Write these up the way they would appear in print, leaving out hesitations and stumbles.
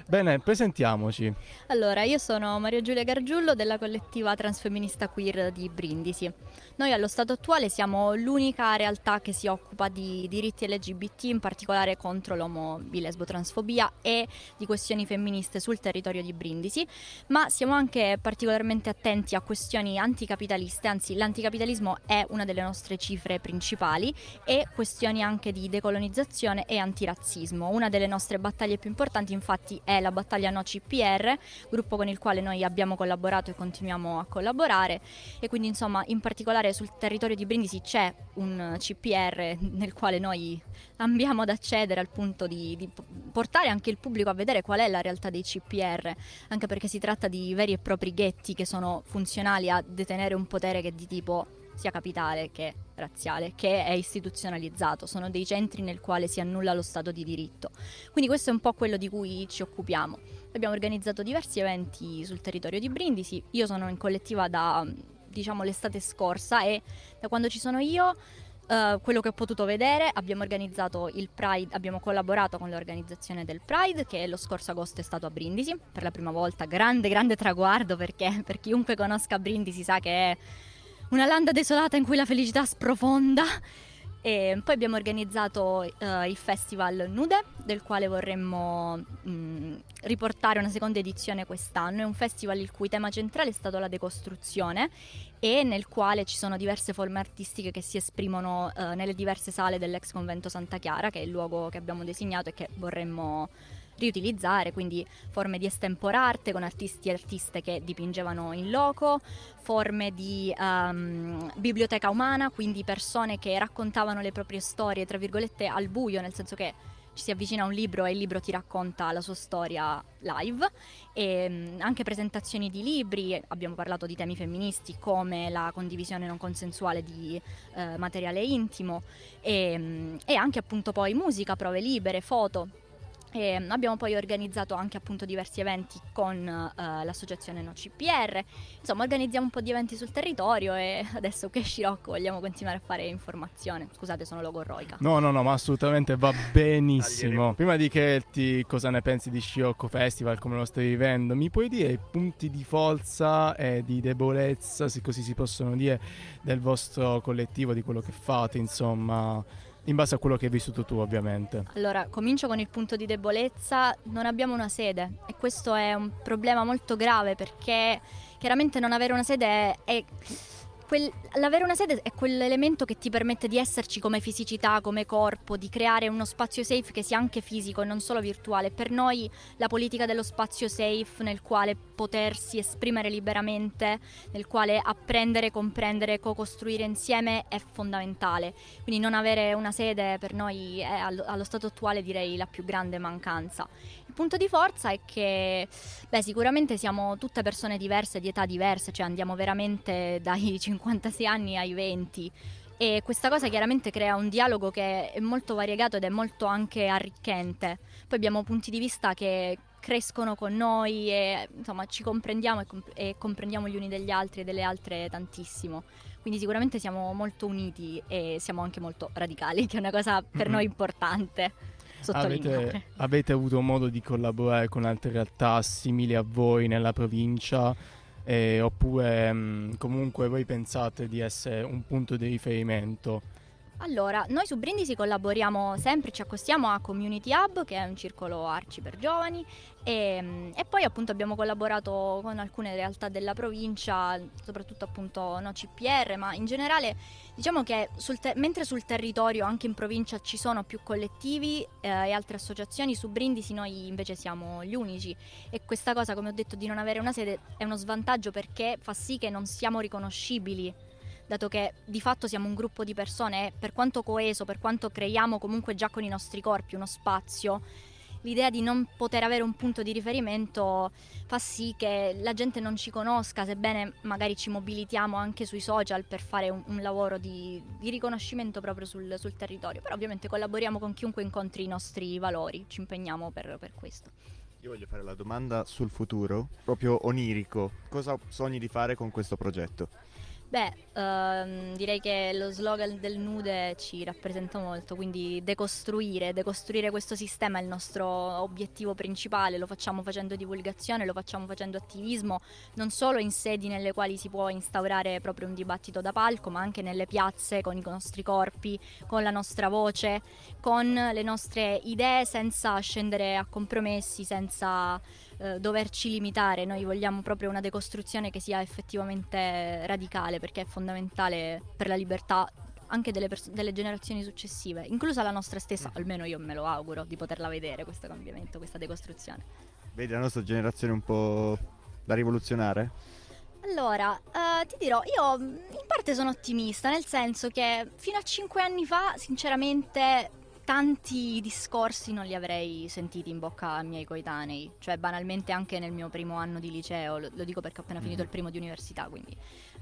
Bene, presentiamoci. Allora, io sono Maria Giulia Gargiullo della collettiva transfemminista queer di Brindisi. Noi allo stato attuale siamo l'unica realtà che si occupa di diritti LGBT, in particolare contro l'omo-bi-lesbo-transfobia e di questioni femministe sul territorio di Brindisi, ma siamo anche particolarmente attenti a questioni anticapitaliste, anzi l'anticapitalismo è una delle nostre cifre principali, e questioni anche di decolonizzazione e antirazzismo. Una delle nostre battaglie più importanti infatti è la battaglia No CPR, gruppo con il quale noi abbiamo collaborato e continuiamo a collaborare, e quindi insomma in particolare sul territorio di Brindisi c'è un CPR nel quale noi ambiamo ad accedere al punto di portare anche il pubblico a vedere qual è la realtà dei CPR, anche perché si tratta di veri e propri ghetti che sono funzionali a detenere un potere che è di tipo sia capitale che razziale, che è istituzionalizzato, sono dei centri nel quale si annulla lo Stato di diritto. Quindi questo è un po' quello di cui ci occupiamo. Abbiamo organizzato diversi eventi sul territorio di Brindisi, io sono in collettiva da diciamo l'estate scorsa e da quando ci sono io quello che ho potuto vedere, abbiamo organizzato il Pride, abbiamo collaborato con l'organizzazione del Pride che lo scorso agosto è stato a Brindisi per la prima volta, grande traguardo, perché per chiunque conosca Brindisi sa che è una landa desolata in cui la felicità sprofonda. E poi abbiamo organizzato il festival Nude, del quale vorremmo riportare una seconda edizione quest'anno. È un festival il cui tema centrale è stato la decostruzione e nel quale ci sono diverse forme artistiche che si esprimono nelle diverse sale dell'ex convento Santa Chiara, che è il luogo che abbiamo designato e che vorremmo riutilizzare, quindi forme di estempo arte con artisti e artiste che dipingevano in loco, forme di biblioteca umana, quindi persone che raccontavano le proprie storie, tra virgolette, al buio, nel senso che ci si avvicina a un libro e il libro ti racconta la sua storia live, e anche presentazioni di libri, abbiamo parlato di temi femministi come la condivisione non consensuale di materiale intimo e anche appunto poi musica, prove libere, foto. E abbiamo poi organizzato anche appunto diversi eventi con l'associazione No CPR, insomma organizziamo un po' di eventi sul territorio e adesso che Scirocco vogliamo continuare a fare informazione. Scusate, sono logorroica. No, ma assolutamente va benissimo. Prima di chiederti cosa ne pensi di Scirocco Festival, come lo stai vivendo, mi puoi dire i punti di forza e di debolezza, se così si possono dire, del vostro collettivo, di quello che fate, insomma, in base a quello che hai vissuto tu, ovviamente. Allora, comincio con il punto di debolezza: non abbiamo una sede e questo è un problema molto grave, perché chiaramente non avere una sede è l'avere una sede è quell'elemento che ti permette di esserci come fisicità, come corpo, di creare uno spazio safe che sia anche fisico e non solo virtuale. Per noi la politica dello spazio safe nel quale potersi esprimere liberamente, nel quale apprendere, comprendere, co-costruire insieme è fondamentale. Quindi non avere una sede per noi è allo stato attuale direi la più grande mancanza. Il punto di forza è che sicuramente siamo tutte persone diverse, di età diverse, cioè andiamo veramente dai 56 anni ai 20, e questa cosa chiaramente crea un dialogo che è molto variegato ed è molto anche arricchente. Poi abbiamo punti di vista che crescono con noi e insomma ci comprendiamo e comprendiamo gli uni degli altri e delle altre tantissimo. Quindi sicuramente siamo molto uniti e siamo anche molto radicali, che è una cosa per noi importante sottolineare. Avete avuto modo di collaborare con altre realtà simili a voi nella provincia? Oppure comunque voi pensate di essere un punto di riferimento? Allora, noi su Brindisi collaboriamo sempre, ci accostiamo a Community Hub, che è un circolo ARCI per giovani, e poi appunto abbiamo collaborato con alcune realtà della provincia, soprattutto appunto No CPR, ma in generale diciamo che mentre sul territorio anche in provincia ci sono più collettivi e altre associazioni, su Brindisi noi invece siamo gli unici, e questa cosa, come ho detto, di non avere una sede è uno svantaggio perché fa sì che non siamo riconoscibili, dato che di fatto siamo un gruppo di persone e per quanto coeso, per quanto creiamo comunque già con i nostri corpi uno spazio, l'idea di non poter avere un punto di riferimento fa sì che la gente non ci conosca, sebbene magari ci mobilitiamo anche sui social per fare un lavoro di riconoscimento proprio sul territorio. Però ovviamente collaboriamo con chiunque incontri i nostri valori, ci impegniamo per questo. Io voglio fare la domanda sul futuro, proprio onirico. Cosa sogni di fare con questo progetto? Direi che lo slogan del Nude ci rappresenta molto, quindi decostruire questo sistema è il nostro obiettivo principale, lo facciamo facendo divulgazione, lo facciamo facendo attivismo, non solo in sedi nelle quali si può instaurare proprio un dibattito da palco, ma anche nelle piazze con i nostri corpi, con la nostra voce, con le nostre idee, senza scendere a compromessi, senza doverci limitare. Noi vogliamo proprio una decostruzione che sia effettivamente radicale, perché è fondamentale per la libertà anche delle generazioni successive, inclusa la nostra stessa. Almeno io me lo auguro di poterla vedere questo cambiamento, questa decostruzione. Vedi la nostra generazione un po' da rivoluzionare? Allora, ti dirò, io in parte sono ottimista, nel senso che fino a 5 anni fa, sinceramente, tanti discorsi non li avrei sentiti in bocca ai miei coetanei, cioè banalmente anche nel mio primo anno di liceo, lo dico perché ho appena finito il primo di università, quindi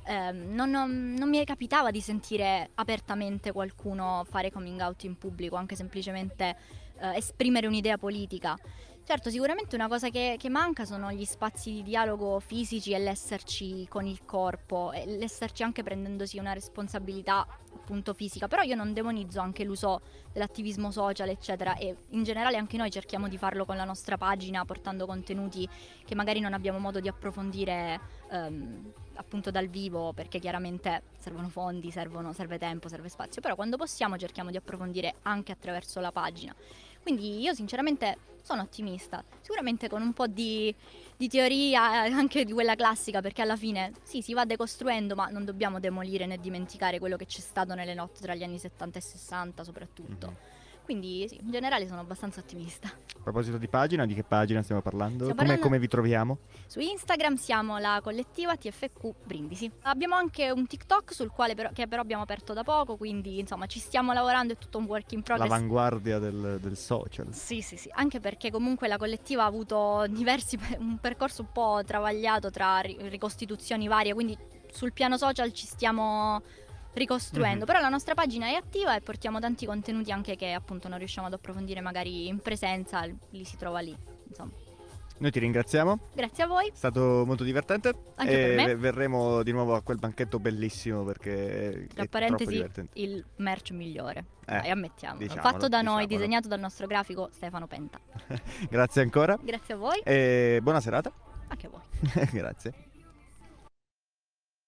non mi capitava di sentire apertamente qualcuno fare coming out in pubblico, anche semplicemente esprimere un'idea politica. Certo, sicuramente una cosa che manca sono gli spazi di dialogo fisici e l'esserci con il corpo, e l'esserci anche prendendosi una responsabilità appunto fisica, però io non demonizzo anche l'uso dell'attivismo social eccetera, e in generale anche noi cerchiamo di farlo con la nostra pagina, portando contenuti che magari non abbiamo modo di approfondire appunto dal vivo, perché chiaramente servono fondi, serve tempo, serve spazio, però quando possiamo cerchiamo di approfondire anche attraverso la pagina. Quindi io sinceramente sono ottimista, sicuramente con un po' di teoria anche di quella classica, perché alla fine sì, si va decostruendo, ma non dobbiamo demolire né dimenticare quello che c'è stato nelle notti tra gli anni 70 e 60 soprattutto. Quindi sì, in generale sono abbastanza ottimista. A proposito di pagina, di che pagina stiamo parlando? Stiamo parlando- Come vi troviamo? Su Instagram siamo la collettiva TFQ Brindisi. Abbiamo anche un TikTok che però abbiamo aperto da poco, quindi insomma ci stiamo lavorando, è tutto un work in progress. L'avanguardia del social. Sì, anche perché comunque la collettiva ha avuto un percorso un po' travagliato tra ricostituzioni varie, quindi sul piano social ci stiamo ricostruendo, però la nostra pagina è attiva e portiamo tanti contenuti anche che appunto non riusciamo ad approfondire magari in presenza, li si trova lì, insomma. Noi ti ringraziamo, Grazie a voi. è stato molto divertente. Anche per me. Verremo di nuovo a quel banchetto bellissimo perché Tra è parentesi, troppo divertente. il merch migliore, dai, ammettiamolo. Diciamolo, Fatto da noi, diciamolo. disegnato dal nostro grafico Stefano Penta. Grazie ancora Grazie a voi, e buona serata. anche a voi. Grazie.